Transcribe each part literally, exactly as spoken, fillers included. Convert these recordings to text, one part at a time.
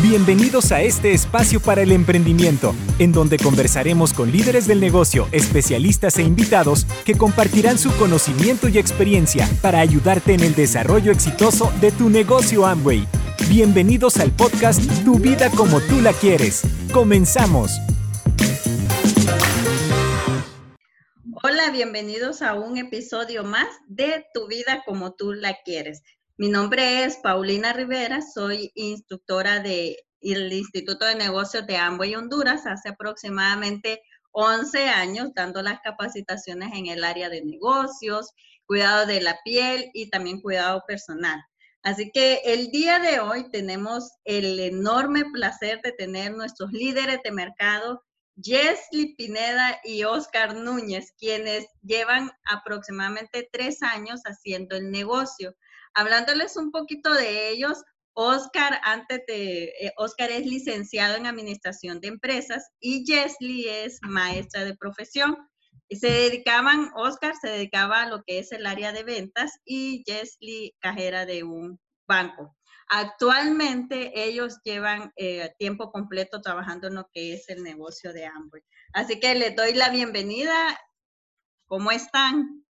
Bienvenidos a este espacio para el emprendimiento, en donde conversaremos con líderes del negocio, especialistas e invitados que compartirán su conocimiento y experiencia para ayudarte en el desarrollo exitoso de tu negocio Amway. Bienvenidos al podcast Tu Vida Como Tú La Quieres. ¡Comenzamos! Hola, bienvenidos a un episodio más de Tu Vida Como Tú La Quieres. Mi nombre es Paulina Rivera, soy instructora del Instituto de Negocios de Amway Honduras hace aproximadamente once años, dando las capacitaciones en el área de negocios, cuidado de la piel y también cuidado personal. Así que el día de hoy tenemos el enorme placer de tener nuestros líderes de mercado, Jesly Pineda y Oscar Núñez, quienes llevan aproximadamente tres años haciendo el negocio. Hablándoles un poquito de ellos, Oscar, antes de, eh, Oscar es licenciado en Administración de Empresas y Jesly es maestra de profesión. Y se dedicaban, Oscar se dedicaba a lo que es el área de ventas y Jesly cajera de un banco. Actualmente ellos llevan eh, tiempo completo trabajando en lo que es el negocio de Amway. Así que les doy la bienvenida. ¿Cómo están?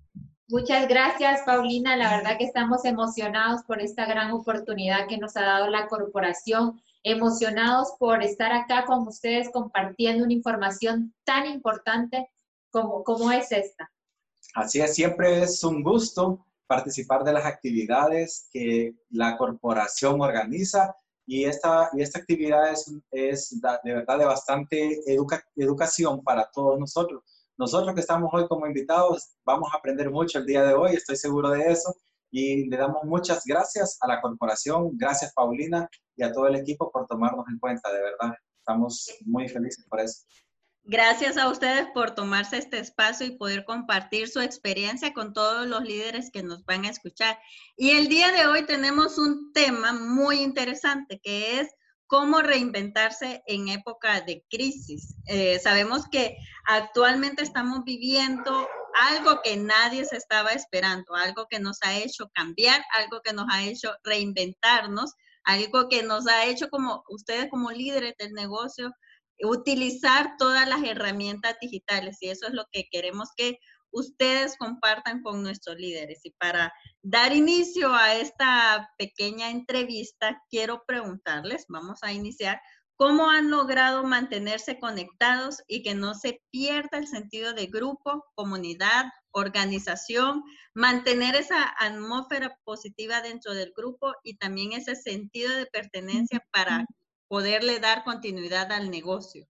Muchas gracias, Paulina. La verdad que estamos emocionados por esta gran oportunidad que nos ha dado la corporación, emocionados por estar acá con ustedes compartiendo una información tan importante como, como es esta. Así es, siempre es un gusto participar de las actividades que la corporación organiza y esta, y esta actividad es, es de verdad de bastante educa, educación para todos nosotros. Nosotros que estamos hoy como invitados vamos a aprender mucho el día de hoy, estoy seguro de eso, y le damos muchas gracias a la corporación, gracias Paulina y a todo el equipo por tomarnos en cuenta, de verdad. Estamos muy felices por eso. Gracias a ustedes por tomarse este espacio y poder compartir su experiencia con todos los líderes que nos van a escuchar. Y el día de hoy tenemos un tema muy interesante que es cómo reinventarse en época de crisis. Eh, sabemos que actualmente estamos viviendo algo que nadie se estaba esperando, algo que nos ha hecho cambiar, algo que nos ha hecho reinventarnos, algo que nos ha hecho como ustedes como líderes del negocio, utilizar todas las herramientas digitales, y eso es lo que queremos que ustedes compartan con nuestros líderes. Y para dar inicio a esta pequeña entrevista, quiero preguntarles, vamos a iniciar, ¿cómo han logrado mantenerse conectados y que no se pierda el sentido de grupo, comunidad, organización, mantener esa atmósfera positiva dentro del grupo y también ese sentido de pertenencia para poderle dar continuidad al negocio?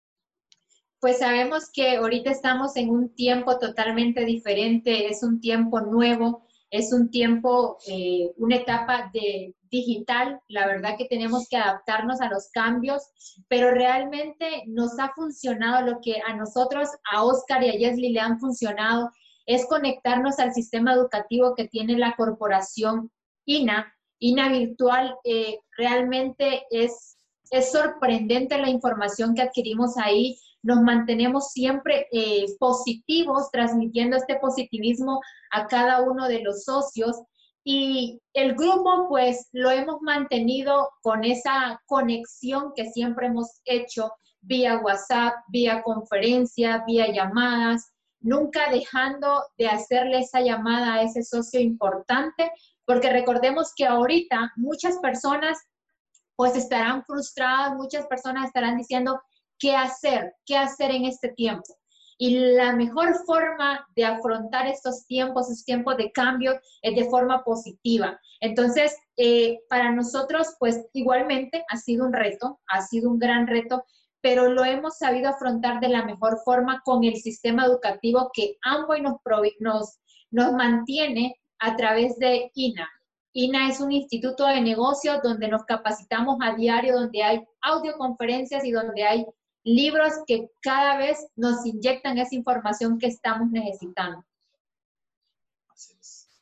Pues sabemos que ahorita estamos en un tiempo totalmente diferente, es un tiempo nuevo, es un tiempo, eh, una etapa de digital. La verdad que tenemos que adaptarnos a los cambios, pero realmente nos ha funcionado lo que a nosotros, a Oscar y a Jesly le han funcionado, es conectarnos al sistema educativo que tiene la corporación I N A. I N A Virtual eh, realmente es, es sorprendente la información que adquirimos ahí. Nos mantenemos siempre eh, positivos, transmitiendo este positivismo a cada uno de los socios. Y el grupo, pues, lo hemos mantenido con esa conexión que siempre hemos hecho vía WhatsApp, vía conferencia, vía llamadas, nunca dejando de hacerle esa llamada a ese socio importante, porque recordemos que ahorita muchas personas, pues, estarán frustradas, muchas personas estarán diciendo, ¿qué hacer? ¿Qué hacer en este tiempo? Y la mejor forma de afrontar estos tiempos, estos tiempos de cambio, es de forma positiva. Entonces, eh, para nosotros, pues igualmente ha sido un reto, ha sido un gran reto, pero lo hemos sabido afrontar de la mejor forma con el sistema educativo que Amway nos, nos, nos mantiene a través de I N A. I N A es un instituto de negocios donde nos capacitamos a diario, donde hay audioconferencias y donde hay libros que cada vez nos inyectan esa información que estamos necesitando. Así es.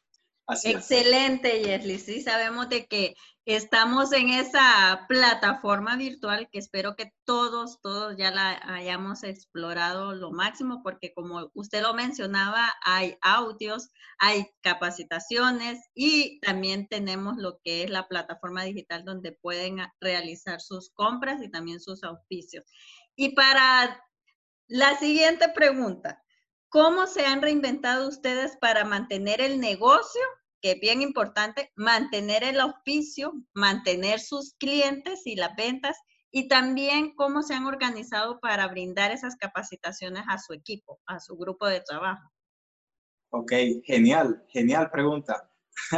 Así es. Excelente, Yesli. Sí, sabemos de que estamos en esa plataforma virtual que espero que todos, todos ya la hayamos explorado lo máximo, porque como usted lo mencionaba, hay audios, hay capacitaciones y también tenemos lo que es la plataforma digital donde pueden realizar sus compras y también sus auspicios. Y para la siguiente pregunta, ¿cómo se han reinventado ustedes para mantener el negocio? Que es bien importante, mantener el auspicio, mantener sus clientes y las ventas, y también cómo se han organizado para brindar esas capacitaciones a su equipo, a su grupo de trabajo. Ok, genial, genial pregunta.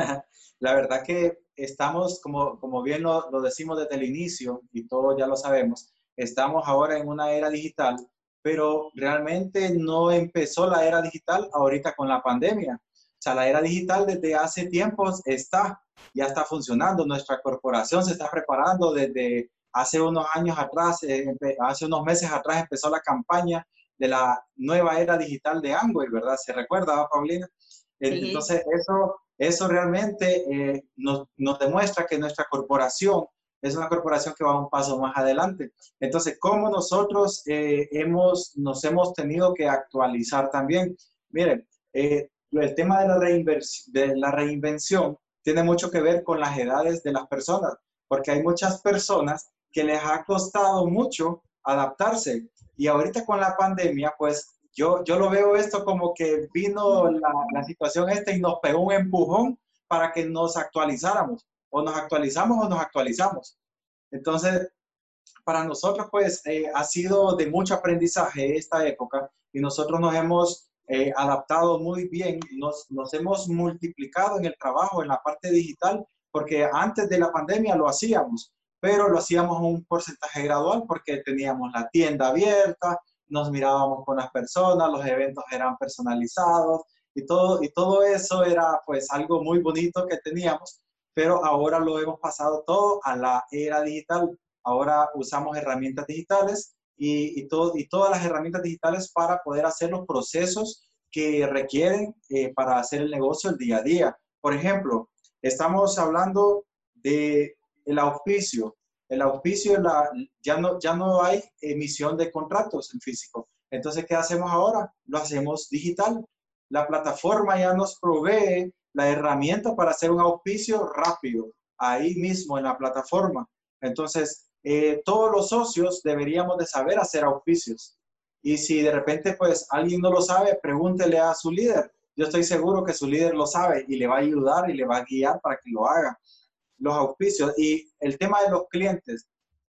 La verdad que estamos, como, como bien lo, lo decimos desde el inicio, y todos ya lo sabemos, estamos ahora en una era digital, pero realmente no empezó la era digital ahorita con la pandemia. O sea, la era digital desde hace tiempos está, ya está funcionando. Nuestra corporación se está preparando desde hace unos años atrás, eh, hace unos meses atrás empezó la campaña de la nueva era digital de Amway, ¿verdad? ¿Se recuerda, Paulina? Sí. Entonces, eso, eso realmente eh, nos, nos demuestra que nuestra corporación es una corporación que va un paso más adelante. Entonces, ¿cómo nosotros eh, hemos, nos hemos tenido que actualizar también? Miren, eh, el tema de la, de la reinvención tiene mucho que ver con las edades de las personas, porque hay muchas personas que les ha costado mucho adaptarse. Y ahorita con la pandemia, pues yo, yo lo veo esto como que vino la, la situación esta y nos pegó un empujón para que nos actualizáramos. O nos actualizamos o nos actualizamos. Entonces, para nosotros, pues, eh, ha sido de mucho aprendizaje esta época y nosotros nos hemos eh, adaptado muy bien, nos, nos hemos multiplicado en el trabajo, en la parte digital, porque antes de la pandemia lo hacíamos, pero lo hacíamos a un porcentaje gradual porque teníamos la tienda abierta, nos mirábamos con las personas, los eventos eran personalizados y todo, y todo eso era pues algo muy bonito que teníamos, pero ahora lo hemos pasado todo a la era digital. Ahora usamos herramientas digitales y, y, todo, y todas las herramientas digitales para poder hacer los procesos que requieren eh, para hacer el negocio el día a día. Por ejemplo, estamos hablando de el auspicio. El auspicio, la, ya, no, ya no hay emisión de contratos en físico. Entonces, ¿qué hacemos ahora? Lo hacemos digital. La plataforma ya nos provee la herramienta para hacer un auspicio rápido, ahí mismo en la plataforma. Entonces, eh, todos los socios deberíamos de saber hacer auspicios. Y si de repente, pues, alguien no lo sabe, pregúntele a su líder. Yo estoy seguro que su líder lo sabe y le va a ayudar y le va a guiar para que lo haga. Los auspicios y el tema de los clientes.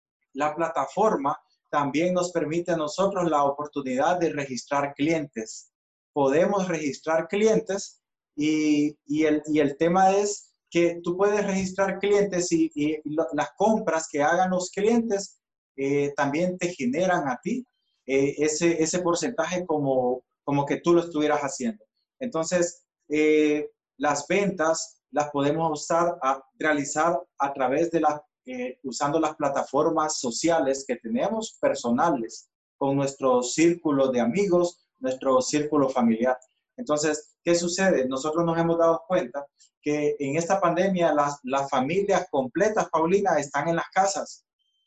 La plataforma también nos permite a nosotros la oportunidad de registrar clientes. Podemos registrar clientes y, y, el, y el tema es que tú puedes registrar clientes y, y, y lo, las compras que hagan los clientes eh, también te generan a ti eh, ese, ese porcentaje como, como que tú lo estuvieras haciendo. Entonces, eh, las ventas las podemos usar a realizar a través de las, eh, usando las plataformas sociales que tenemos, personales, con nuestro círculo de amigos, nuestro círculo familiar. Entonces, ¿qué sucede? Nosotros nos hemos dado cuenta que en esta pandemia las, las familias completas, Paulina, están en las casas,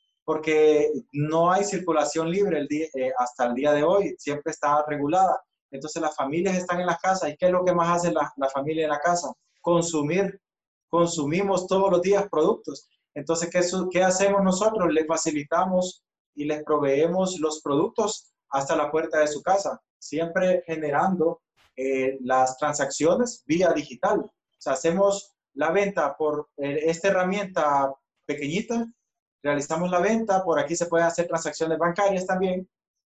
porque no hay circulación libre el día, eh, hasta el día de hoy, siempre está regulada. Entonces las familias están en las casas. ¿Y qué es lo que más hace la, la familia en la casa? Consumir. Consumimos todos los días productos. Entonces, ¿qué, ¿qué hacemos nosotros? Les facilitamos y les proveemos los productos hasta la puerta de su casa, siempre generando eh, las transacciones vía digital. O sea, hacemos la venta por eh, esta herramienta pequeñita, realizamos la venta, por aquí se pueden hacer transacciones bancarias también,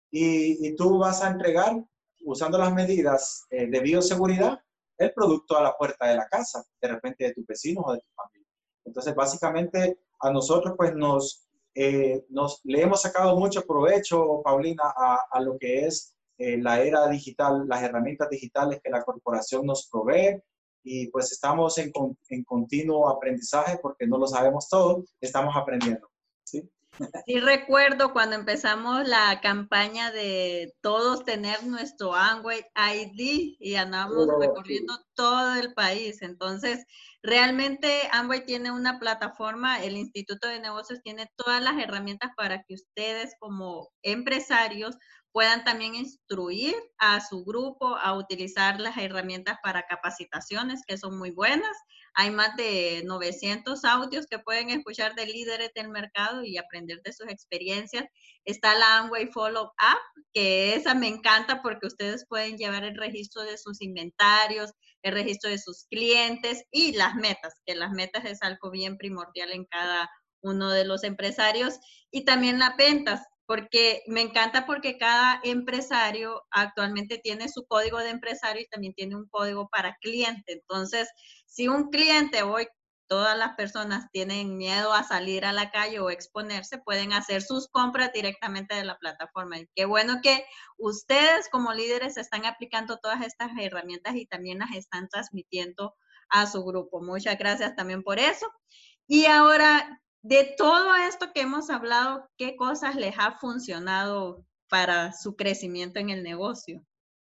y, y tú vas a entregar, usando las medidas eh, de bioseguridad, el producto a la puerta de la casa, de repente de tus vecinos o de tu familia. Entonces, básicamente, a nosotros pues nos, eh, nos le hemos sacado mucho provecho, Paulina, a, a lo que es eh, la era digital, las herramientas digitales que la corporación nos provee, y pues estamos en, en continuo aprendizaje porque no lo sabemos todo, estamos aprendiendo, ¿sí? Sí recuerdo cuando empezamos la campaña de todos tener nuestro Amway I D y andábamos Oh, recorriendo sí. todo el país. Entonces, realmente Amway tiene una plataforma, el Instituto de Negocios tiene todas las herramientas para que ustedes como empresarios puedan también instruir a su grupo a utilizar las herramientas para capacitaciones, que son muy buenas. Hay más de novecientos audios que pueden escuchar de líderes del mercado y aprender de sus experiencias. Está la Amway Follow Up, que esa me encanta porque ustedes pueden llevar el registro de sus inventarios, el registro de sus clientes y las metas, que las metas es algo bien primordial en cada uno de los empresarios. Y también las ventas, porque me encanta porque cada empresario actualmente tiene su código de empresario y también tiene un código para cliente. Entonces, si un cliente hoy, todas las personas tienen miedo a salir a la calle o exponerse, pueden hacer sus compras directamente de la plataforma. Y qué bueno que ustedes como líderes están aplicando todas estas herramientas y también las están transmitiendo a su grupo. Muchas gracias también por eso. Y ahora, de todo esto que hemos hablado, ¿qué cosas les ha funcionado para su crecimiento en el negocio?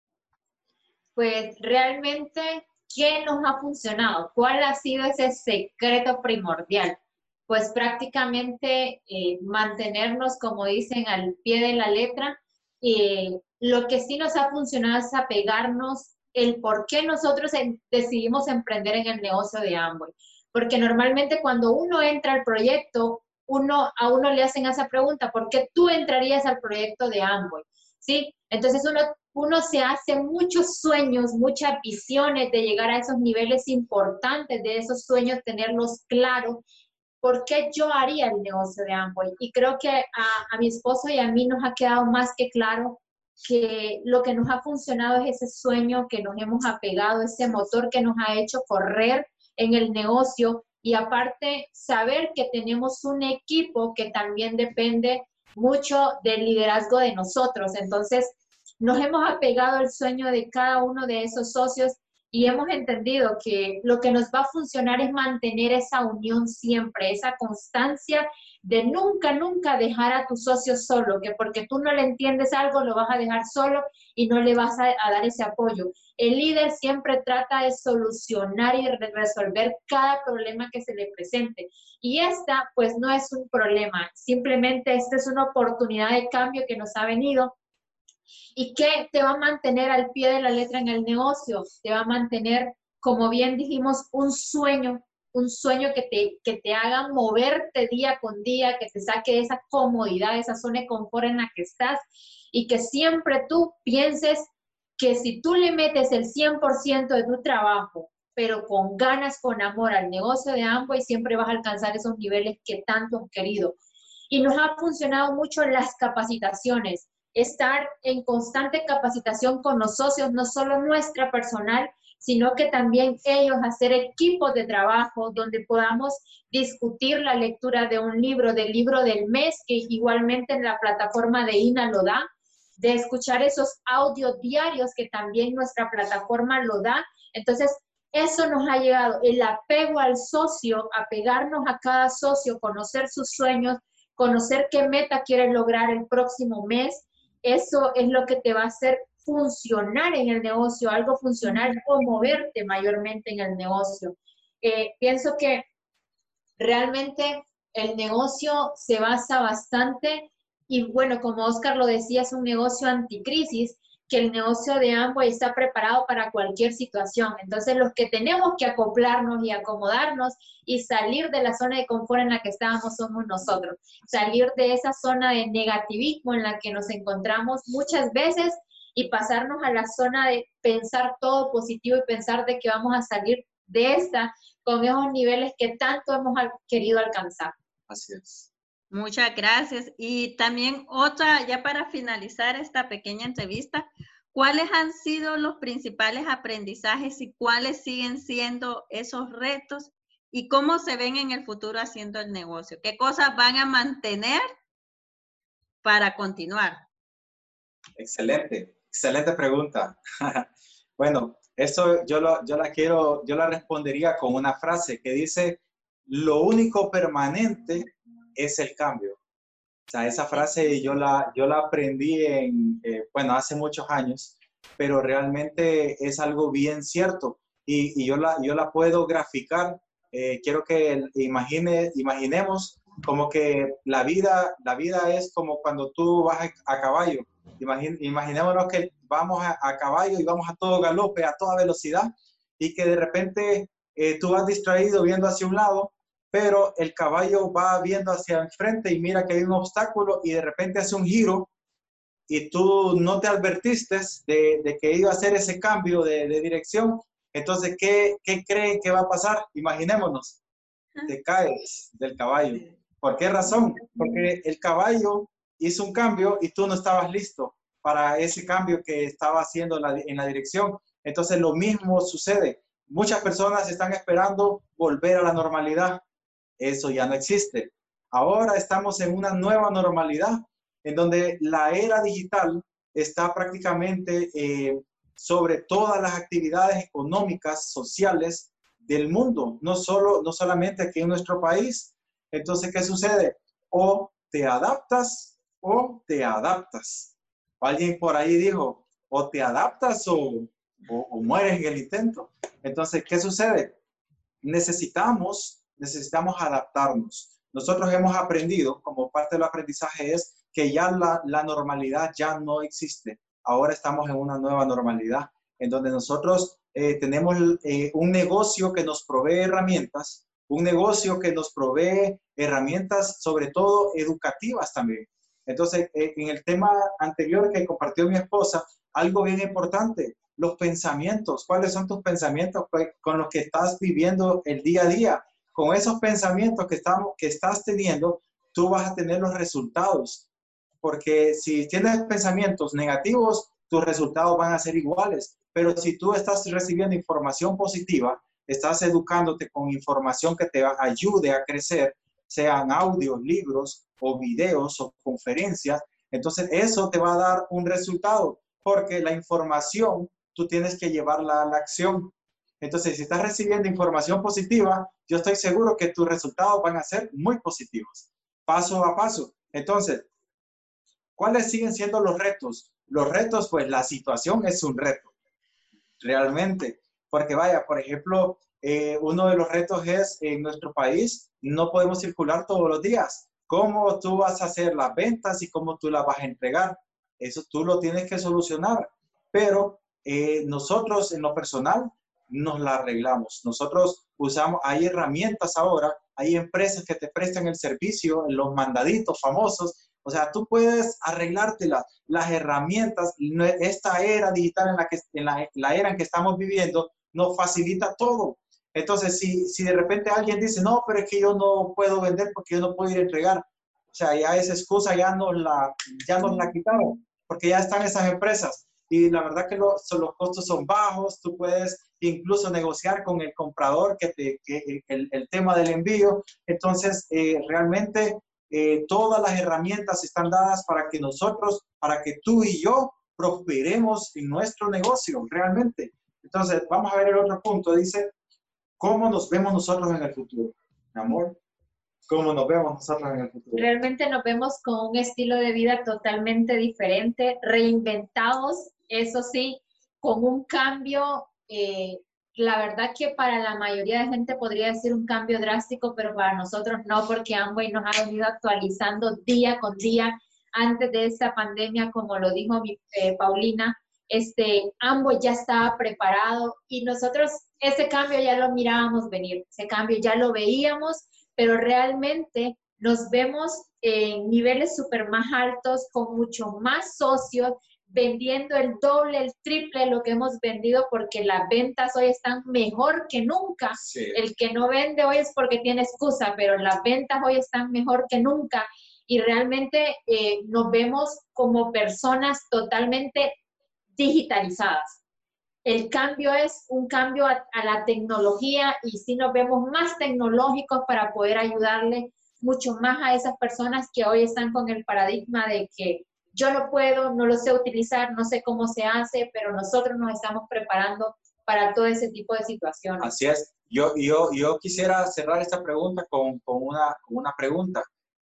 Pues realmente, ¿qué nos ha funcionado? ¿Cuál ha sido ese secreto primordial? Pues prácticamente eh, mantenernos, como dicen, al pie de la letra. Eh, lo que sí nos ha funcionado es apegarnos el por qué nosotros en, decidimos emprender en el negocio de Amway. Porque normalmente cuando uno entra al proyecto, uno, a uno le hacen esa pregunta, ¿por qué tú entrarías al proyecto de Amway? ¿Sí? Entonces uno, uno se hace muchos sueños, muchas visiones de llegar a esos niveles importantes, de esos sueños tenerlos claros. ¿Por qué yo haría el negocio de Amway? Y creo que a, a mi esposo y a mí nos ha quedado más que claro que lo que nos ha funcionado es ese sueño que nos hemos apegado, ese motor que nos ha hecho correr en el negocio y aparte saber que tenemos un equipo que también depende mucho del liderazgo de nosotros. Entonces, nos hemos apegado al sueño de cada uno de esos socios y hemos entendido que lo que nos va a funcionar es mantener esa unión siempre, esa constancia de nunca, nunca dejar a tu socio solo, que porque tú no le entiendes algo, lo vas a dejar solo y no le vas a, a dar ese apoyo. El líder siempre trata de solucionar y de resolver cada problema que se le presente. Y esta, pues, no es un problema, simplemente esta es una oportunidad de cambio que nos ha venido y que te va a mantener al pie de la letra en el negocio, te va a mantener, como bien dijimos, un sueño, un sueño que te, que te haga moverte día con día, que te saque de esa comodidad, de esa zona de confort en la que estás y que siempre tú pienses que si tú le metes el cien por ciento de tu trabajo, pero con ganas, con amor al negocio de Amway, siempre vas a alcanzar esos niveles que tanto has querido. Y nos ha funcionado mucho las capacitaciones, estar en constante capacitación con los socios, no solo nuestra personal, sino que también ellos hacer equipos de trabajo donde podamos discutir la lectura de un libro, del libro del mes, que igualmente en la plataforma de I N A lo da, de escuchar esos audios diarios que también nuestra plataforma lo da. Entonces, eso nos ha llegado, el apego al socio, apegarnos a cada socio, conocer sus sueños, conocer qué meta quieres lograr el próximo mes. Eso es lo que te va a hacer funcionar en el negocio, algo funcional o moverte mayormente en el negocio. Eh, pienso que realmente el negocio se basa bastante y bueno, como Oscar lo decía, es un negocio anticrisis, que el negocio de Amway está preparado para cualquier situación. Entonces, los que tenemos que acoplarnos y acomodarnos y salir de la zona de confort en la que estábamos somos nosotros. Salir de esa zona de negativismo en la que nos encontramos muchas veces y pasarnos a la zona de pensar todo positivo y pensar de que vamos a salir de esta con esos niveles que tanto hemos querido alcanzar. Así es. Muchas gracias. Y también otra, ya para finalizar esta pequeña entrevista, ¿cuáles han sido los principales aprendizajes y cuáles siguen siendo esos retos y cómo se ven en el futuro haciendo el negocio? ¿Qué cosas van a mantener para continuar? Excelente, excelente pregunta. Bueno, esto yo, lo, yo la quiero, yo la respondería con una frase que dice, lo único permanente es el cambio. O sea, esa frase yo la, yo la aprendí en, eh, bueno, hace muchos años, pero realmente es algo bien cierto y, y yo, la, yo la puedo graficar. Eh, quiero que imagine, imaginemos como que la vida, la vida es como cuando tú vas a, a caballo. Imagin, imaginémonos que vamos a, a caballo y vamos a todo galope, a toda velocidad y que de repente eh, tú vas distraído viendo hacia un lado, pero el caballo va viendo hacia enfrente y mira que hay un obstáculo y de repente hace un giro y tú no te advertiste de, de que iba a hacer ese cambio de, de dirección. Entonces, ¿qué, ¿qué creen que va a pasar? Imaginémonos, te caes del caballo. ¿Por qué razón? Porque el caballo hizo un cambio y tú no estabas listo para ese cambio que estaba haciendo en la, en la dirección. Entonces, lo mismo sucede. Muchas personas están esperando volver a la normalidad. Eso ya no existe. Ahora estamos en una nueva normalidad, en donde la era digital está prácticamente eh, sobre todas las actividades económicas, sociales del mundo, no, solo, no solamente aquí en nuestro país. Entonces, ¿qué sucede? O te adaptas o te adaptas. Alguien por ahí dijo, o te adaptas o, o, o mueres en el intento. Entonces, ¿qué sucede? Necesitamos necesitamos adaptarnos. Nosotros hemos aprendido, como parte del aprendizaje es que ya la, la normalidad ya no existe. Ahora estamos en una nueva normalidad, en donde nosotros eh, tenemos eh, un negocio que nos provee herramientas, un negocio que nos provee herramientas, sobre todo educativas también. Entonces, eh, en el tema anterior que compartió mi esposa, algo bien importante, los pensamientos. ¿Cuáles son tus pensamientos con los que estás viviendo el día a día? Con esos pensamientos que, estamos, que estás teniendo, tú vas a tener los resultados. Porque si tienes pensamientos negativos, tus resultados van a ser iguales. Pero si tú estás recibiendo información positiva, estás educándote con información que te ayude a crecer, sean audios, libros o videos o conferencias, entonces eso te va a dar un resultado. Porque la información tú tienes que llevarla a la acción. Entonces, si estás recibiendo información positiva, yo estoy seguro que tus resultados van a ser muy positivos, paso a paso. Entonces, ¿cuáles siguen siendo los retos? Los retos, pues la situación es un reto, realmente. Porque vaya, por ejemplo, eh, uno de los retos es en nuestro país, no podemos circular todos los días. ¿Cómo tú vas a hacer las ventas y cómo tú las vas a entregar? Eso tú lo tienes que solucionar. Pero eh, nosotros en lo personal, nos la arreglamos. Nosotros usamos, hay herramientas ahora, hay empresas que te prestan el servicio, los mandaditos famosos, o sea, tú puedes arreglarte las, las herramientas. Esta era digital en la, que, en la, la era en que estamos viviendo nos facilita todo. Entonces, si, si de repente alguien dice, no, pero es que yo no puedo vender porque yo no puedo ir a entregar, o sea, ya esa excusa ya nos la, ya nos la quitaron, porque ya están esas empresas. Y la verdad que los, los costos son bajos, tú puedes incluso negociar con el comprador que te, que el, el tema del envío. Entonces, eh, realmente eh, todas las herramientas están dadas para que nosotros, para que tú y yo prosperemos en nuestro negocio, realmente. Entonces, vamos a ver el otro punto. Dice, ¿cómo nos vemos nosotros en el futuro? Amor, ¿cómo nos vemos nosotros en el futuro? Realmente nos vemos con un estilo de vida totalmente diferente, reinventados, eso sí, con un cambio, eh, la verdad que para la mayoría de gente podría ser un cambio drástico, pero para nosotros no, porque Amway nos ha venido actualizando día con día. Antes de esta pandemia, como lo dijo mi, eh, Paulina, este, Amway ya estaba preparado y nosotros ese cambio ya lo mirábamos venir, ese cambio ya lo veíamos, pero realmente nos vemos en niveles súper más altos, con mucho más socios, vendiendo el doble, el triple de lo que hemos vendido, porque las ventas hoy están mejor que nunca. Sí. El que no vende hoy es porque tiene excusa, pero las ventas hoy están mejor que nunca. Y realmente eh, nos vemos como personas totalmente digitalizadas. El cambio es un cambio a, a la tecnología y sí nos vemos más tecnológicos para poder ayudarle mucho más a esas personas que hoy están con el paradigma de que yo no puedo, no lo sé utilizar, no sé cómo se hace, pero nosotros nos estamos preparando para todo ese tipo de situaciones. Así es. Yo, yo, yo quisiera cerrar esta pregunta con, con, una, con una pregunta.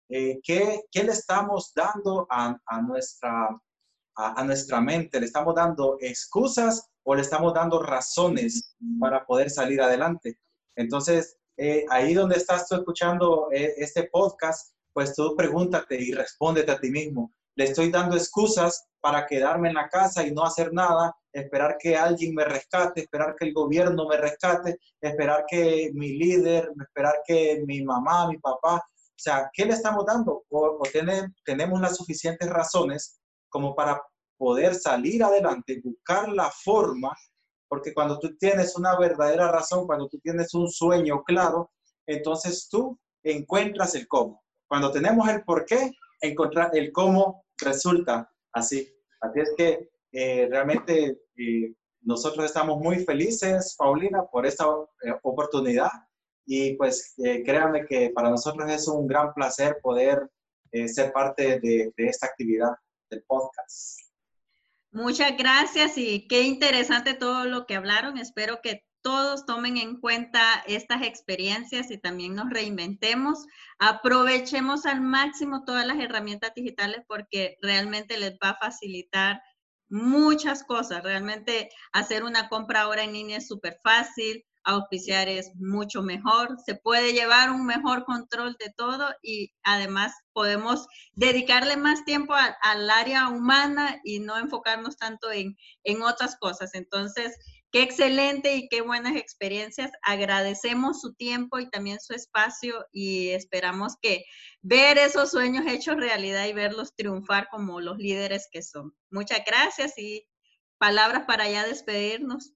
eh, ¿qué, ¿qué le estamos dando a, a, nuestra, a, a nuestra mente? ¿Le estamos dando excusas o le estamos dando razones para poder salir adelante? Entonces, eh, ahí donde estás tú escuchando eh, este podcast, pues tú pregúntate y respóndete a ti mismo. ¿Le estoy dando excusas para quedarme en la casa y no hacer nada, esperar que alguien me rescate, esperar que el gobierno me rescate, esperar que mi líder, esperar que mi mamá, mi papá? O sea, ¿qué le estamos dando? ¿O, o tiene, tenemos las suficientes razones como para poder salir adelante, buscar la forma? Porque cuando tú tienes una verdadera razón, cuando tú tienes un sueño claro, entonces tú encuentras el cómo. Cuando tenemos el por qué, encontrar el cómo resulta así. Así es que eh, realmente eh, nosotros estamos muy felices, Paulina, por esta eh, oportunidad. Y pues eh, créanme que para nosotros es un gran placer poder eh, ser parte de, de esta actividad del podcast. Muchas gracias y qué interesante todo lo que hablaron. Espero que todos tomen en cuenta estas experiencias y también nos reinventemos. Aprovechemos al máximo todas las herramientas digitales porque realmente les va a facilitar muchas cosas. Realmente hacer una compra ahora en línea es súper fácil. Auspiciar es mucho mejor, se puede llevar un mejor control de todo y además podemos dedicarle más tiempo a, al área humana y no enfocarnos tanto en, en otras cosas. Entonces, qué excelente y qué buenas experiencias. Agradecemos su tiempo y también su espacio y esperamos que ver esos sueños hechos realidad y verlos triunfar como los líderes que son. Muchas gracias y palabras para ya despedirnos.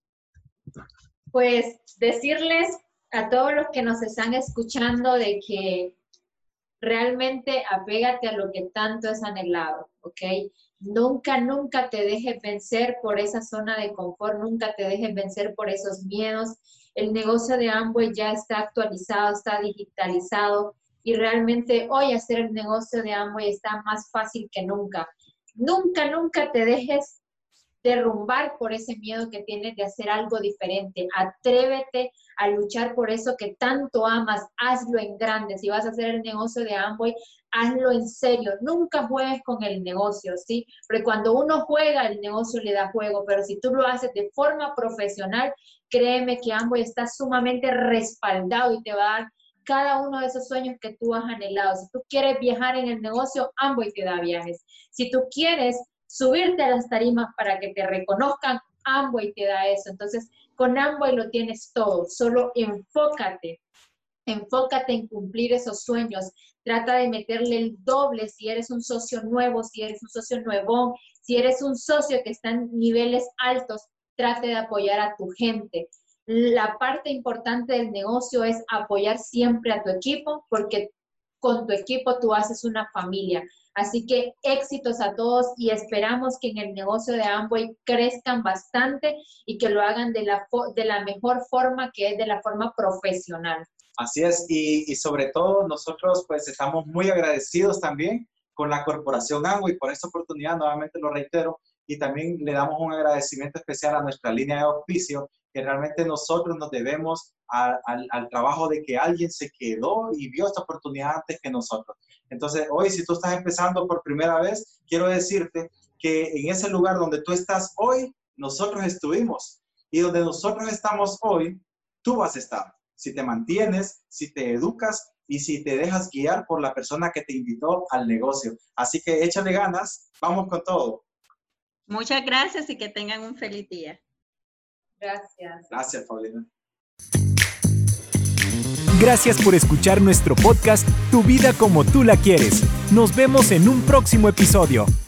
Pues decirles a todos los que nos están escuchando de que realmente apégate a lo que tanto es anhelado, ¿ok? Nunca, nunca te dejes vencer por esa zona de confort, nunca te dejes vencer por esos miedos. El negocio de Amway ya está actualizado, está digitalizado y realmente hoy hacer el negocio de Amway está más fácil que nunca. Nunca, nunca te dejes derrumbar por ese miedo que tienes de hacer algo diferente. Atrévete a luchar por eso que tanto amas. Hazlo en grande. Si vas a hacer el negocio de Amway, hazlo en serio. Nunca juegues con el negocio, ¿sí? Porque cuando uno juega, el negocio le da juego. Pero si tú lo haces de forma profesional, créeme que Amway está sumamente respaldado y te va a dar cada uno de esos sueños que tú has anhelado. Si tú quieres viajar en el negocio, Amway te da viajes. Si tú quieres subirte a las tarimas para que te reconozcan, Amway te da eso. Entonces, con Amway lo tienes todo. Solo enfócate, enfócate en cumplir esos sueños. Trata de meterle el doble si eres un socio nuevo, si eres un socio nuevón, si eres un socio que está en niveles altos, trate de apoyar a tu gente. La parte importante del negocio es apoyar siempre a tu equipo, porque con tu equipo tú haces una familia. Así que éxitos a todos y esperamos que en el negocio de Amway crezcan bastante y que lo hagan de la, de la mejor forma, que es de la forma profesional. Así es, y, y sobre todo nosotros pues estamos muy agradecidos también con la corporación Amway por esta oportunidad, nuevamente lo reitero, y también le damos un agradecimiento especial a nuestra línea de auspicio, que realmente nosotros nos debemos a, al, al trabajo de que alguien se quedó y vio esta oportunidad antes que nosotros. Entonces, hoy, si tú estás empezando por primera vez, quiero decirte que en ese lugar donde tú estás hoy, nosotros estuvimos. Y donde nosotros estamos hoy, tú vas a estar. Si te mantienes, si te educas y si te dejas guiar por la persona que te invitó al negocio. Así que échale ganas, vamos con todo. Muchas gracias y que tengan un feliz día. Gracias. Gracias, Paulina. Gracias por escuchar nuestro podcast Tu vida como tú la quieres. Nos vemos en un próximo episodio.